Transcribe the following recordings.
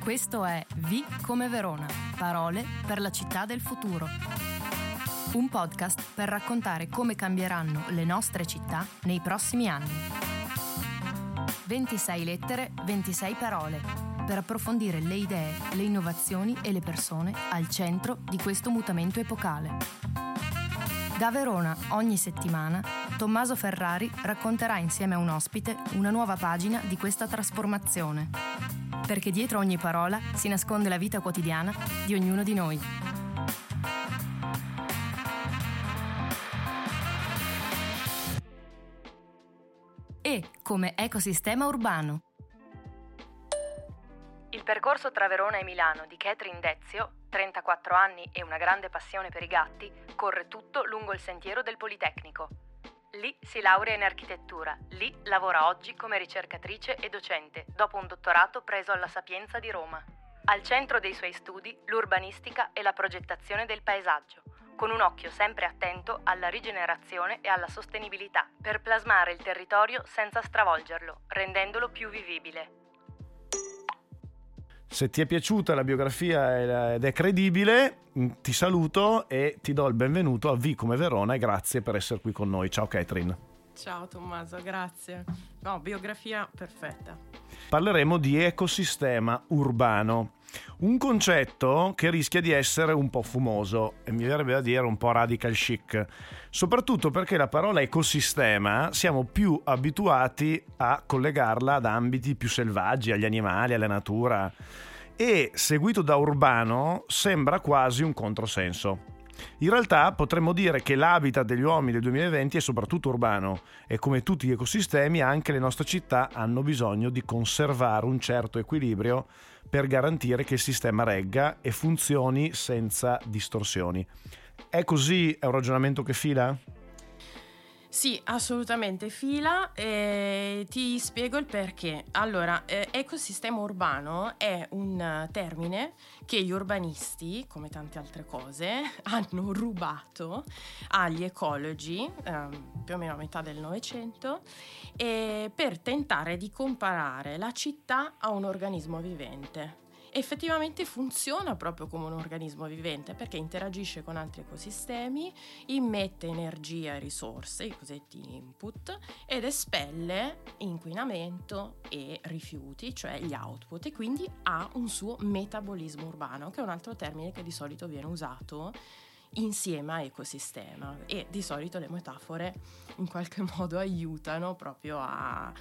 Questo è V come Verona, parole per la città del futuro. Un podcast per raccontare come cambieranno le nostre città nei prossimi anni. 26 lettere, 26 parole, per approfondire le idee, le innovazioni e le persone al centro di questo mutamento epocale. Da Verona, ogni settimana, Tommaso Ferrari racconterà insieme a un ospite una nuova pagina di questa trasformazione. Perché dietro ogni parola si nasconde la vita quotidiana di ognuno di noi. E come ecosistema urbano. Il percorso tra Verona e Milano di Catherine Dezio, 34 anni e una grande passione per i gatti, corre tutto lungo il sentiero del Politecnico. Lì si laurea in architettura, lì lavora oggi come ricercatrice e docente, dopo un dottorato preso alla Sapienza di Roma. Al centro dei suoi studi l'urbanistica e la progettazione del paesaggio, con un occhio sempre attento alla rigenerazione e alla sostenibilità, per plasmare il territorio senza stravolgerlo, rendendolo più vivibile. Se ti è piaciuta la biografia ed è credibile, ti saluto e ti do il benvenuto a V come Verona e grazie per essere qui con noi. Ciao Catherine. Ciao Tommaso, grazie. No, biografia perfetta. Parleremo di ecosistema urbano, un concetto che rischia di essere un po' fumoso e mi verrebbe da dire un po' radical chic, soprattutto perché la parola ecosistema siamo più abituati a collegarla ad ambiti più selvaggi, agli animali, alla natura, e seguito da urbano sembra quasi un controsenso. In realtà potremmo dire che l'habitat degli uomini del 2020 è soprattutto urbano e come tutti gli ecosistemi anche le nostre città hanno bisogno di conservare un certo equilibrio per garantire che il sistema regga e funzioni senza distorsioni. È così? È un ragionamento che fila? Sì, assolutamente fila, e ti spiego il perché. Allora, ecosistema urbano è un termine che gli urbanisti, come tante altre cose, hanno rubato agli ecologi, più o meno a metà del Novecento, per tentare di comparare la città a un organismo vivente. Effettivamente funziona proprio come un organismo vivente perché interagisce con altri ecosistemi, immette energia e risorse, i cosiddetti input, ed espelle inquinamento e rifiuti, cioè gli output, e quindi ha un suo metabolismo urbano, che è un altro termine che di solito viene usato insieme a ecosistema, e di solito le metafore in qualche modo aiutano proprio a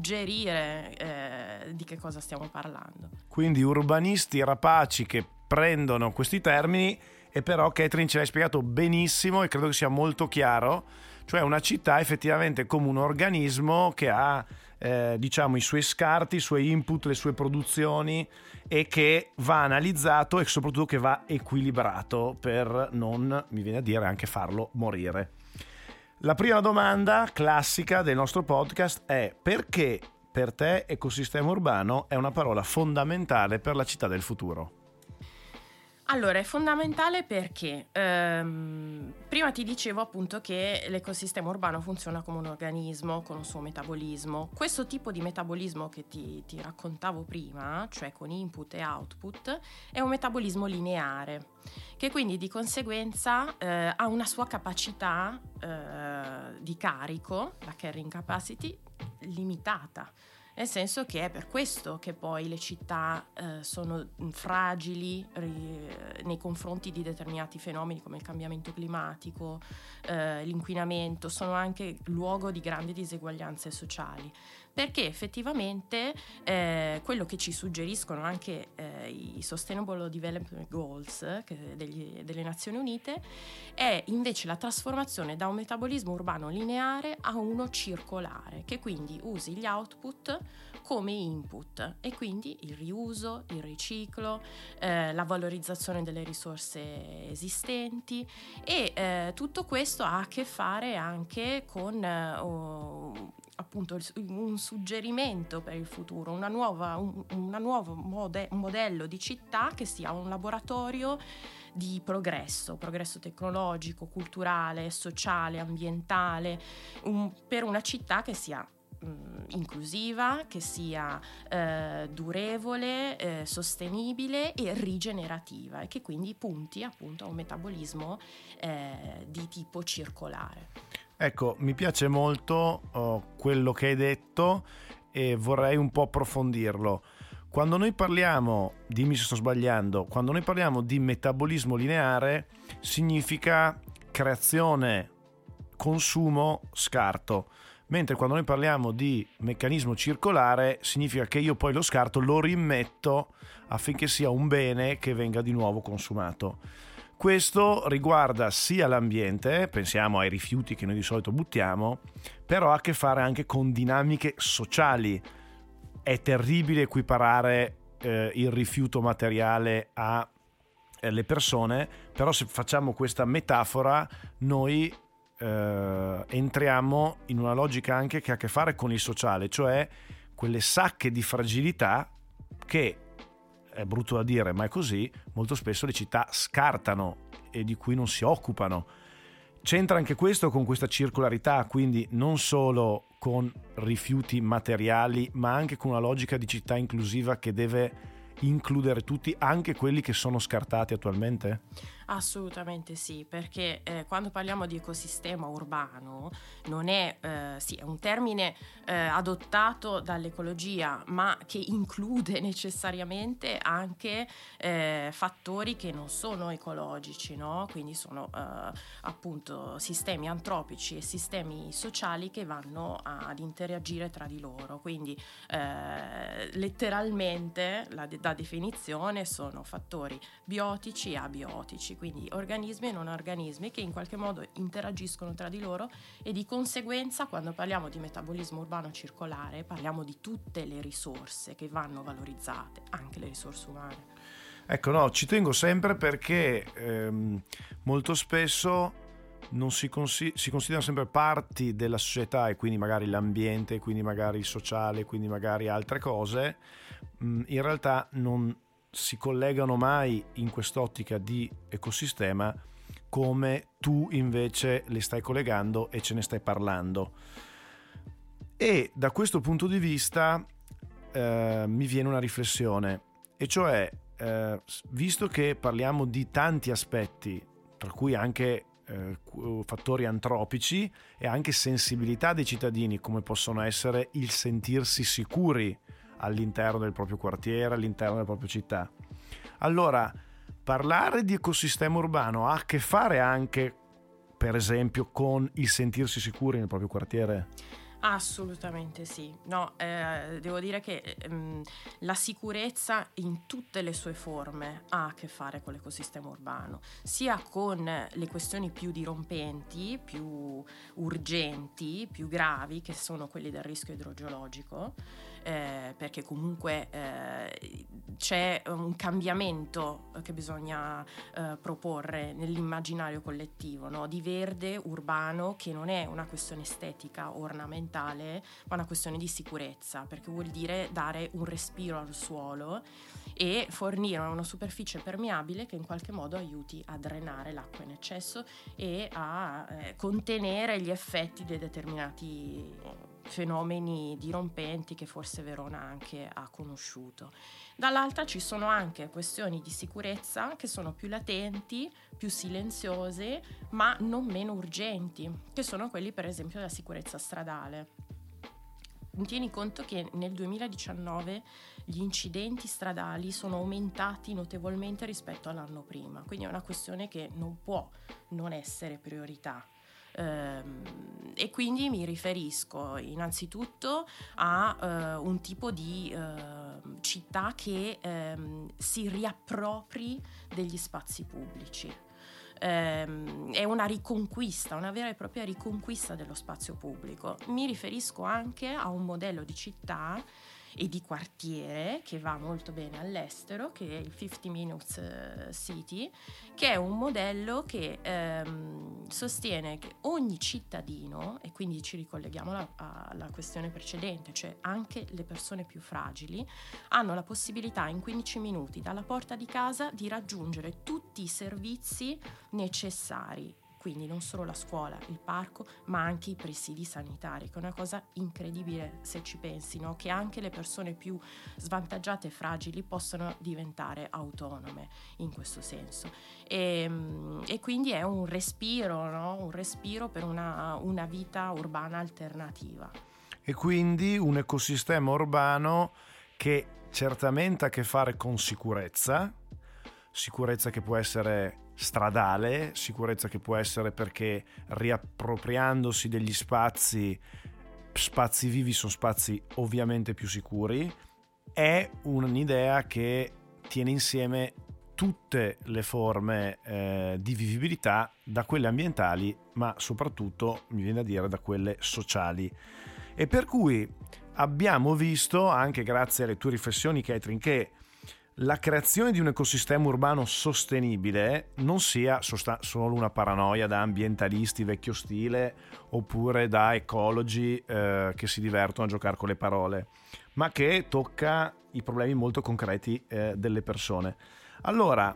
suggerire di che cosa stiamo parlando. Quindi urbanisti rapaci che prendono questi termini, e però Catherine ce l'hai spiegato benissimo e credo che sia molto chiaro, cioè una città effettivamente come un organismo che ha diciamo i suoi scarti, i suoi input, le sue produzioni, e che va analizzato e soprattutto che va equilibrato per non, mi viene a dire, anche farlo morire. La prima domanda classica del nostro podcast è: perché per te ecosistema urbano è una parola fondamentale per la città del futuro? Allora, è fondamentale perché prima ti dicevo appunto che l'ecosistema urbano funziona come un organismo con un suo metabolismo. Questo tipo di metabolismo che ti raccontavo prima, cioè con input e output, è un metabolismo lineare, che quindi di conseguenza ha una sua capacità di carico, la carrying capacity, limitata. Nel senso che è per questo che poi le città sono fragili nei confronti di determinati fenomeni come il cambiamento climatico, l'inquinamento, sono anche luogo di grandi diseguaglianze sociali. Perché effettivamente quello che ci suggeriscono anche i Sustainable Development Goals delle Nazioni Unite è invece la trasformazione da un metabolismo urbano lineare a uno circolare, che quindi usi gli output come input e quindi il riuso, il riciclo, la valorizzazione delle risorse esistenti, e tutto questo ha a che fare anche con appunto un suggerimento per il futuro, un nuovo modello di città che sia un laboratorio di progresso tecnologico, culturale, sociale, ambientale, per una città che sia inclusiva, che sia durevole, sostenibile e rigenerativa, e che quindi punti appunto a un metabolismo di tipo circolare. Ecco, mi piace molto quello che hai detto e vorrei un po' approfondirlo. Quando noi parliamo, dimmi se sto sbagliando, quando noi parliamo di metabolismo lineare significa creazione, consumo, scarto, mentre quando noi parliamo di meccanismo circolare significa che io poi lo scarto lo rimetto affinché sia un bene che venga di nuovo consumato. Questo riguarda sia l'ambiente, pensiamo ai rifiuti che noi di solito buttiamo, però ha a che fare anche con dinamiche sociali. È terribile equiparare il rifiuto materiale alle persone, però se facciamo questa metafora noi entriamo in una logica anche che ha a che fare con il sociale, cioè quelle sacche di fragilità che, è brutto da dire ma è così, molto spesso le città scartano e di cui non si occupano. C'entra anche questo con questa circolarità, quindi non solo con rifiuti materiali ma anche con una logica di città inclusiva che deve includere tutti, anche quelli che sono scartati attualmente? Assolutamente sì, perché quando parliamo di ecosistema urbano non è, sì, è un termine adottato dall'ecologia, ma che include necessariamente anche fattori che non sono ecologici, no? Quindi sono appunto sistemi antropici e sistemi sociali che vanno ad interagire tra di loro. Quindi letteralmente la definizione sono fattori biotici e abiotici, quindi organismi e non organismi che in qualche modo interagiscono tra di loro, e di conseguenza quando parliamo di metabolismo urbano circolare parliamo di tutte le risorse che vanno valorizzate, anche le risorse umane. Ecco, no, ci tengo sempre perché molto spesso non si considerano sempre parti della società, e quindi magari l'ambiente, quindi magari il sociale, quindi magari altre cose, in realtà non si collegano mai in quest'ottica di ecosistema come tu invece le stai collegando e ce ne stai parlando. E da questo punto di vista mi viene una riflessione, e cioè visto che parliamo di tanti aspetti, tra cui anche fattori antropici e anche sensibilità dei cittadini, come possono essere il sentirsi sicuri all'interno del proprio quartiere, all'interno della propria città. Allora, parlare di ecosistema urbano ha a che fare anche, per esempio, con il sentirsi sicuri nel proprio quartiere? Assolutamente sì. No, devo dire che la sicurezza in tutte le sue forme ha a che fare con l'ecosistema urbano, sia con le questioni più dirompenti, più urgenti, più gravi, che sono quelli del rischio idrogeologico, perché comunque c'è un cambiamento che bisogna proporre nell'immaginario collettivo, no? Di verde urbano, che non è una questione estetica ornamentale, ma una questione di sicurezza, perché vuol dire dare un respiro al suolo e fornire una superficie permeabile che in qualche modo aiuti a drenare l'acqua in eccesso e a contenere gli effetti dei determinati fenomeni dirompenti che forse Verona anche ha conosciuto. Dall'altra ci sono anche questioni di sicurezza che sono più latenti, più silenziose, ma non meno urgenti, che sono quelli per esempio della sicurezza stradale. Tieni conto che nel 2019 gli incidenti stradali sono aumentati notevolmente rispetto all'anno prima, quindi è una questione che non può non essere priorità. E quindi mi riferisco innanzitutto a un tipo di città che si riappropri degli spazi pubblici. È una riconquista, una vera e propria riconquista dello spazio pubblico. Mi riferisco anche a un modello di città e di quartiere che va molto bene all'estero, che è il 50 Minutes City, che è un modello che sostiene che ogni cittadino, e quindi ci ricolleghiamo alla questione precedente, cioè anche le persone più fragili, hanno la possibilità in 15 minuti dalla porta di casa di raggiungere tutti i servizi necessari. quindi non solo la scuola, il parco, ma anche i presidi sanitari, che è una cosa incredibile se ci pensi, no? Che anche le persone più svantaggiate e fragili possono diventare autonome in questo senso. E quindi è un respiro, no? Un respiro per una vita urbana alternativa. E quindi un ecosistema urbano che certamente ha a che fare con sicurezza che può essere stradale, sicurezza che può essere perché riappropriandosi degli spazi vivi sono spazi ovviamente più sicuri. È un'idea che tiene insieme tutte le forme di vivibilità, da quelle ambientali ma soprattutto, mi viene a dire, da quelle sociali. E per cui abbiamo visto, anche grazie alle tue riflessioni, Catherine, che la creazione di un ecosistema urbano sostenibile non sia solo una paranoia da ambientalisti vecchio stile oppure da ecologi che si divertono a giocare con le parole, ma che tocca i problemi molto concreti delle persone. Allora,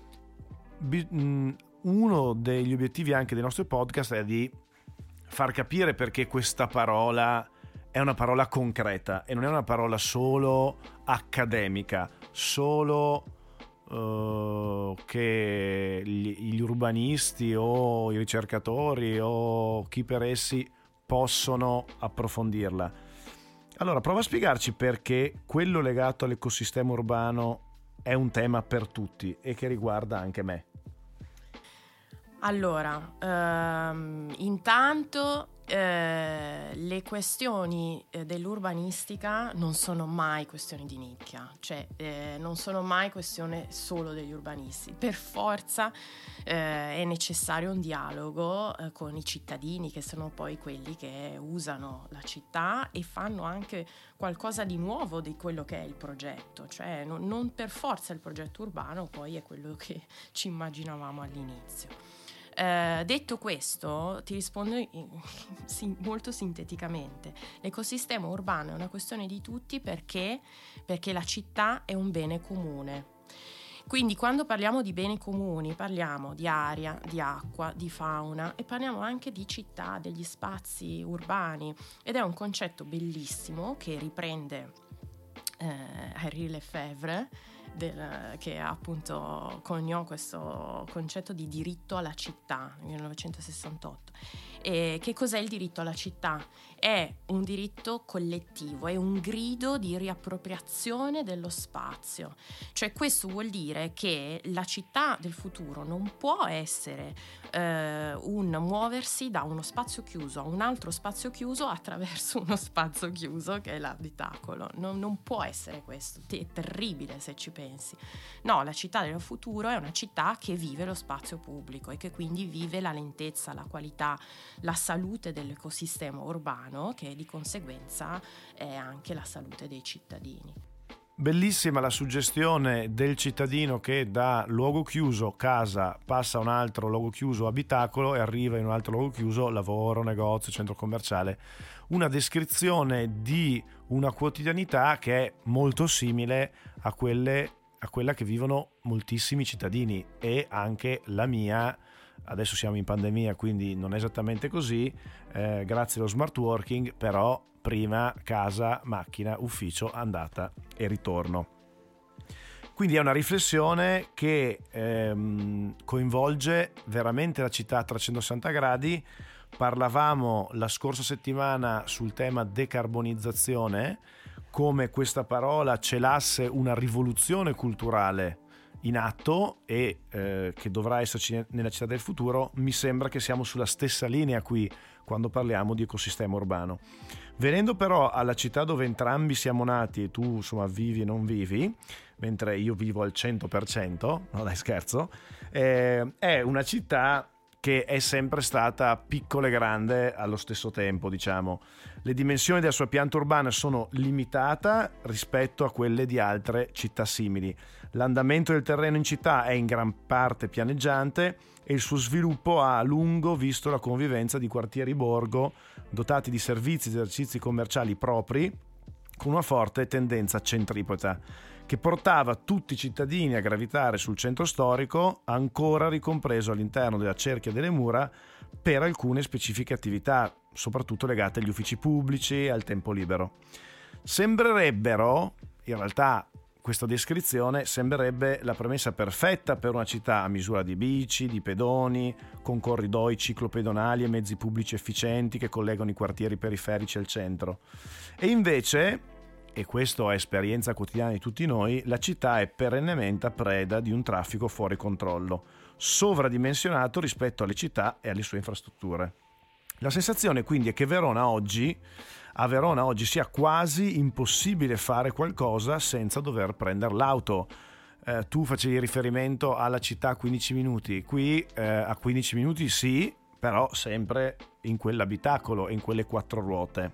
uno degli obiettivi anche dei nostri podcast è di far capire perché questa parola è una parola concreta e non è una parola solo accademica, solo che gli urbanisti o i ricercatori o chi per essi possono approfondirla. Allora, prova a spiegarci perché quello legato all'ecosistema urbano è un tema per tutti e che riguarda anche me. Allora, intanto le questioni dell'urbanistica non sono mai questioni di nicchia, cioè non sono mai questione solo degli urbanisti. Per forza è necessario un dialogo con i cittadini, che sono poi quelli che usano la città e fanno anche qualcosa di nuovo di quello che è il progetto, cioè non per forza il progetto urbano poi è quello che ci immaginavamo all'inizio. Detto questo, ti rispondo molto sinteticamente. L'ecosistema urbano è una questione di tutti perché la città è un bene comune. Quindi quando parliamo di beni comuni parliamo di aria, di acqua, di fauna e parliamo anche di città, degli spazi urbani, ed è un concetto bellissimo che riprende Henri Lefebvre, che appunto coniò questo concetto di diritto alla città nel 1968. E che cos'è il diritto alla città? È un diritto collettivo, è un grido di riappropriazione dello spazio. Cioè questo vuol dire che la città del futuro non può essere un muoversi da uno spazio chiuso a un altro spazio chiuso attraverso uno spazio chiuso che è l'abitacolo. Non può essere questo, è terribile se ci pensi. No, la città del futuro è una città che vive lo spazio pubblico e che quindi vive la lentezza, la qualità, la salute dell'ecosistema urbano, che di conseguenza è anche la salute dei cittadini. Bellissima la suggestione del cittadino che da luogo chiuso, casa, passa a un altro luogo chiuso, abitacolo, e arriva in un altro luogo chiuso, lavoro, negozio, centro commerciale. Una descrizione di una quotidianità che è molto simile a quella che vivono moltissimi cittadini, e anche la mia. Adesso siamo in pandemia, quindi non è esattamente così, grazie allo smart working, però prima casa, macchina, ufficio, andata e ritorno. Quindi è una riflessione che coinvolge veramente la città a 360 gradi. Parlavamo la scorsa settimana sul tema decarbonizzazione, come questa parola celasse una rivoluzione culturale in atto e che dovrà esserci nella città del futuro. Mi sembra che siamo sulla stessa linea qui quando parliamo di ecosistema urbano. Venendo però alla città dove entrambi siamo nati, e tu insomma vivi e non vivi, mentre io vivo al 100%, no dai scherzo, è una città che è sempre stata piccola e grande allo stesso tempo, diciamo. Le dimensioni della sua pianta urbana sono limitate rispetto a quelle di altre città simili. L'andamento del terreno in città è in gran parte pianeggiante e il suo sviluppo ha a lungo visto la convivenza di quartieri borgo dotati di servizi ed esercizi commerciali propri, con una forte tendenza centripeta che portava tutti i cittadini a gravitare sul centro storico, ancora ricompreso all'interno della cerchia delle mura, per alcune specifiche attività, soprattutto legate agli uffici pubblici e al tempo libero. Sembrerebbero, in realtà questa descrizione sembrerebbe la premessa perfetta per una città a misura di bici, di pedoni, con corridoi ciclopedonali e mezzi pubblici efficienti che collegano i quartieri periferici al centro. E invece, e questo è esperienza quotidiana di tutti noi, la città è perennemente preda di un traffico fuori controllo, sovradimensionato rispetto alle città e alle sue infrastrutture. La sensazione quindi è che a Verona oggi sia quasi impossibile fare qualcosa senza dover prendere l'auto. Tu facevi riferimento alla città a 15 minuti, qui a 15 minuti sì, però sempre in quell'abitacolo, in quelle 4 ruote.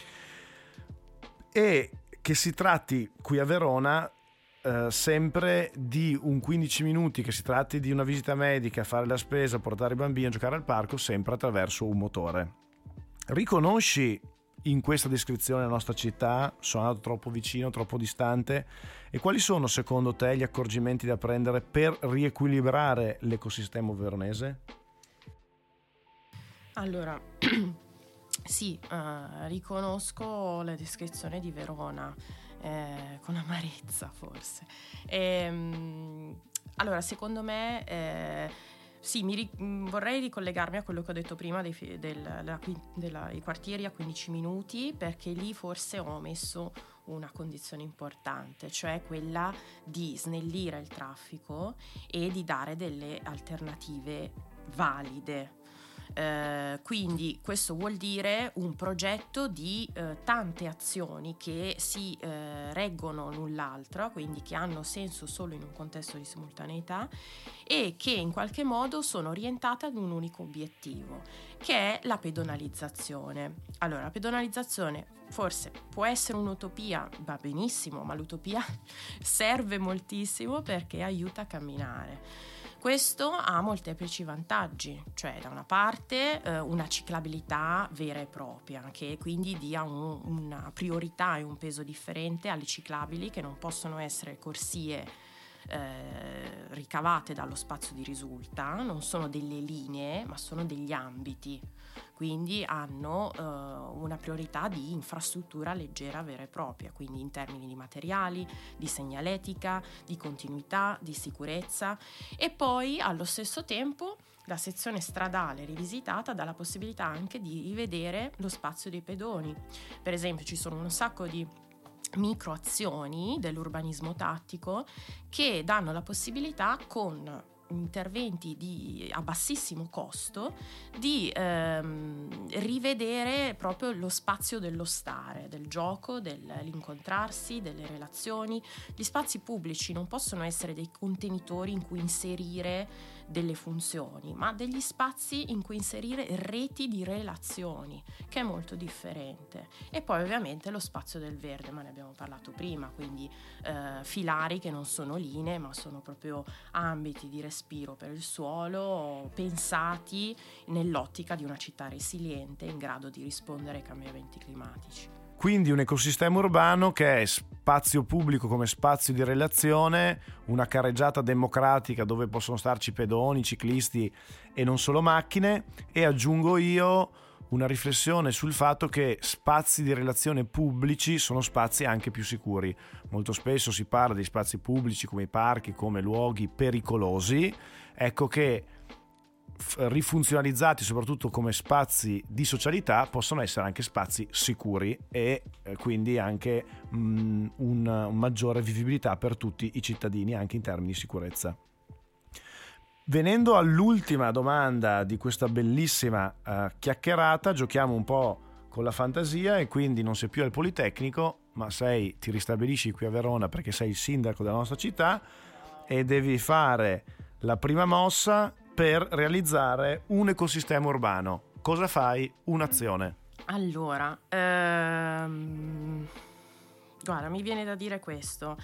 E che si tratti qui a Verona sempre di un 15 minuti, che si tratti di una visita medica, fare la spesa, portare i bambini a giocare al parco, sempre attraverso un motore. Riconosci in questa descrizione la nostra città? Sono andato troppo vicino, troppo distante? E quali sono secondo te gli accorgimenti da prendere per riequilibrare l'ecosistema veronese? Allora, sì, riconosco la descrizione di Verona, con amarezza forse. Allora, secondo me, sì, vorrei ricollegarmi a quello che ho detto prima dei quartieri a 15 minuti, perché lì forse ho omesso una condizione importante, cioè quella di snellire il traffico e di dare delle alternative valide. Quindi questo vuol dire un progetto di tante azioni che si reggono l'un l'altra, quindi che hanno senso solo in un contesto di simultaneità e che in qualche modo sono orientate ad un unico obiettivo, che è la pedonalizzazione. Allora, la pedonalizzazione forse può essere un'utopia, va benissimo, ma l'utopia serve moltissimo perché aiuta a camminare. Questo ha molteplici vantaggi, cioè da una parte una ciclabilità vera e propria, che quindi dia una priorità e un peso differente alle ciclabili, che non possono essere corsie ricavate dallo spazio di risulta, non sono delle linee ma sono degli ambiti, quindi hanno una priorità di infrastruttura leggera vera e propria, quindi in termini di materiali, di segnaletica, di continuità, di sicurezza, e poi allo stesso tempo la sezione stradale rivisitata dà la possibilità anche di rivedere lo spazio dei pedoni. Per esempio, ci sono un sacco di microazioni dell'urbanismo tattico che danno la possibilità, con interventi a bassissimo costo, di rivedere proprio lo spazio dello stare, del gioco, dell'incontrarsi, delle relazioni. Gli spazi pubblici non possono essere dei contenitori in cui inserire delle funzioni, ma degli spazi in cui inserire reti di relazioni, che è molto differente. E poi ovviamente lo spazio del verde, ma ne abbiamo parlato prima, quindi filari che non sono linee ma sono proprio ambiti di respiro per il suolo, pensati nell'ottica di una città resiliente in grado di rispondere ai cambiamenti climatici. Quindi un ecosistema urbano che è spazio pubblico come spazio di relazione, una carreggiata democratica dove possono starci pedoni, ciclisti e non solo macchine, e aggiungo io una riflessione sul fatto che spazi di relazione pubblici sono spazi anche più sicuri. Molto spesso si parla di spazi pubblici come i parchi, come luoghi pericolosi. Ecco che rifunzionalizzati soprattutto come spazi di socialità possono essere anche spazi sicuri e quindi anche una maggiore vivibilità per tutti i cittadini anche in termini di sicurezza. Venendo all'ultima domanda di questa bellissima chiacchierata, giochiamo un po' con la fantasia e quindi non sei più al Politecnico ma ti ristabilisci qui a Verona perché sei il sindaco della nostra città e devi fare la prima mossa per realizzare un ecosistema urbano. Cosa fai? Un'azione. Allora, guarda, mi viene da dire questo.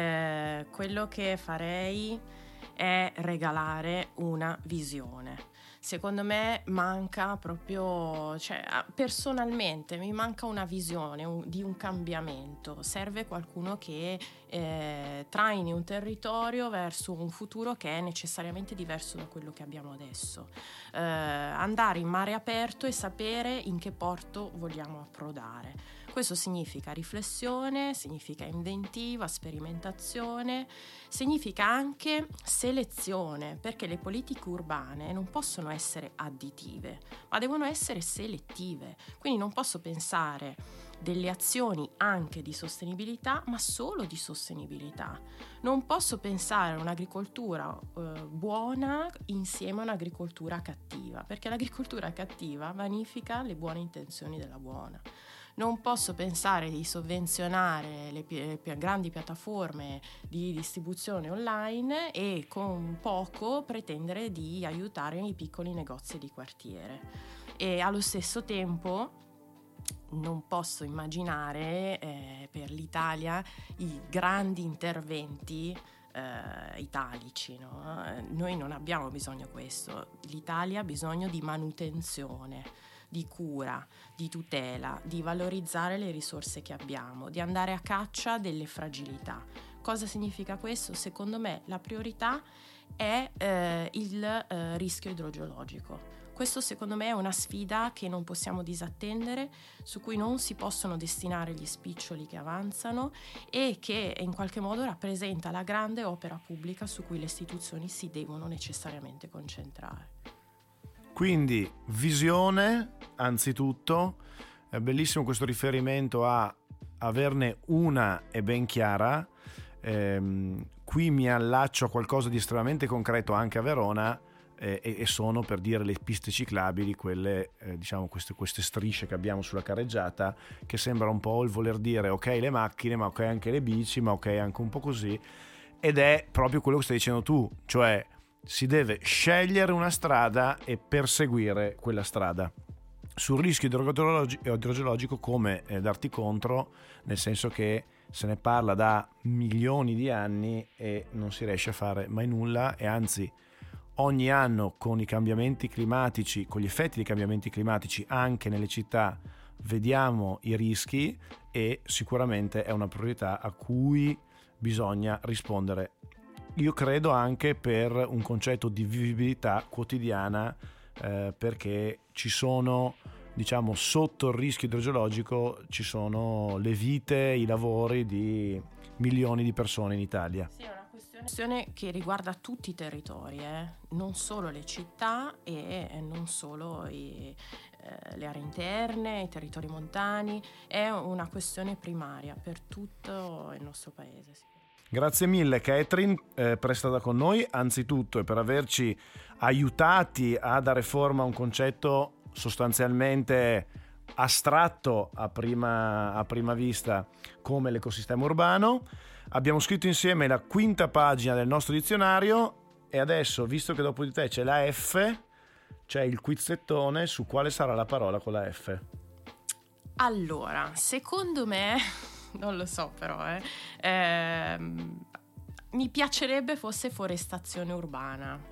Quello che farei è regalare una visione. secondo me manca proprio, cioè personalmente mi manca una visione di un cambiamento. Serve qualcuno che traini un territorio verso un futuro che è necessariamente diverso da quello che abbiamo adesso. Andare in mare aperto e sapere in che porto vogliamo approdare. Questo significa riflessione, significa inventiva, sperimentazione, significa anche selezione, perché le politiche urbane non possono essere additive, ma devono essere selettive. Quindi non posso pensare delle azioni anche di sostenibilità, ma solo di sostenibilità. Non posso pensare a un'agricoltura buona insieme a un'agricoltura cattiva, perché l'agricoltura cattiva vanifica le buone intenzioni della buona. Non posso pensare di sovvenzionare le grandi piattaforme di distribuzione online e con poco pretendere di aiutare i piccoli negozi di quartiere. E allo stesso tempo non posso immaginare per l'Italia i grandi interventi italici, no? Noi non abbiamo bisogno di questo. L'Italia ha bisogno di manutenzione, di cura, di tutela, di valorizzare le risorse che abbiamo, di andare a caccia delle fragilità. Cosa significa questo? Secondo me la priorità è il rischio idrogeologico. Questo secondo me è una sfida che non possiamo disattendere, su cui non si possono destinare gli spiccioli che avanzano e che in qualche modo rappresenta la grande opera pubblica su cui le istituzioni si devono necessariamente concentrare. Quindi visione, anzitutto, è bellissimo questo riferimento a averne una e ben chiara. Qui mi allaccio a qualcosa di estremamente concreto anche a Verona, e sono, per dire, le piste ciclabili, quelle diciamo queste strisce che abbiamo sulla carreggiata, che sembra un po' il voler dire ok le macchine, ma ok anche le bici, ma ok anche un po' così, ed è proprio quello che stai dicendo tu, cioè si deve scegliere una strada e perseguire quella strada. Sul rischio idrogeologico come darti contro, nel senso che se ne parla da milioni di anni e non si riesce a fare mai nulla, e anzi ogni anno con i cambiamenti climatici, con gli effetti dei cambiamenti climatici anche nelle città, vediamo i rischi, e sicuramente è una priorità a cui bisogna rispondere. Io credo anche per un concetto di vivibilità quotidiana, perché ci sono, diciamo, sotto il rischio idrogeologico ci sono le vite, i lavori di milioni di persone in Italia. Sì, è una questione che riguarda tutti i territori, non solo le città e non solo le aree interne, i territori montani, è una questione primaria per tutto il nostro paese. Sì. Grazie mille Catherine per essere stata con noi, anzitutto, e per averci aiutati a dare forma a un concetto sostanzialmente astratto a prima vista come l'ecosistema urbano. Abbiamo scritto insieme la quinta pagina del nostro dizionario e adesso, visto che dopo di te c'è la F, c'è il quizzettone su quale sarà la parola con la F. Allora, secondo me, non lo so però, mi piacerebbe fosse forestazione urbana.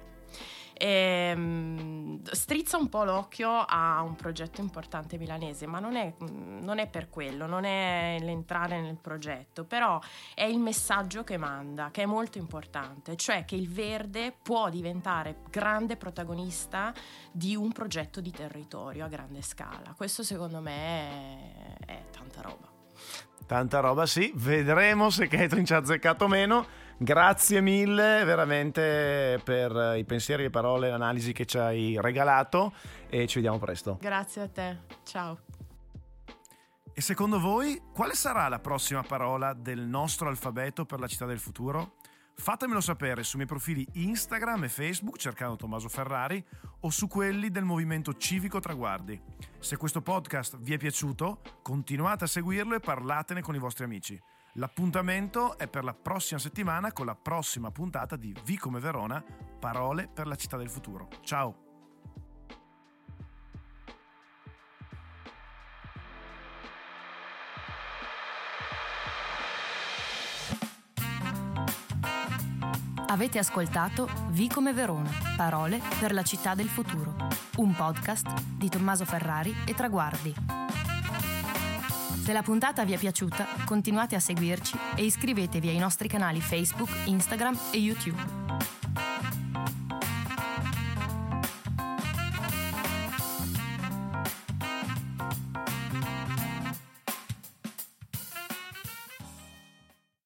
Strizza un po' l'occhio a un progetto importante milanese, ma non è per quello, non è l'entrare nel progetto, però è il messaggio che manda, che è molto importante, cioè che il verde può diventare grande protagonista di un progetto di territorio a grande scala. Questo secondo me è tanta roba. Tanta roba, sì, vedremo se Catherine ci ha azzeccato o meno. Grazie mille veramente per i pensieri, le parole, l'analisi che ci hai regalato, e ci vediamo presto. Grazie a te, ciao. E secondo voi quale sarà la prossima parola del nostro alfabeto per la città del futuro? Fatemelo sapere sui miei profili Instagram e Facebook cercando Tommaso Ferrari o su quelli del Movimento Civico Traguardi. Se questo podcast vi è piaciuto, continuate a seguirlo e parlatene con i vostri amici. L'appuntamento è per la prossima settimana con la prossima puntata di V come Verona, parole per la città del futuro. Ciao! Avete ascoltato Vi come Verona, parole per la città del futuro, un podcast di Tommaso Ferrari e Traguardi. Se la puntata vi è piaciuta, continuate a seguirci e iscrivetevi ai nostri canali Facebook, Instagram e YouTube.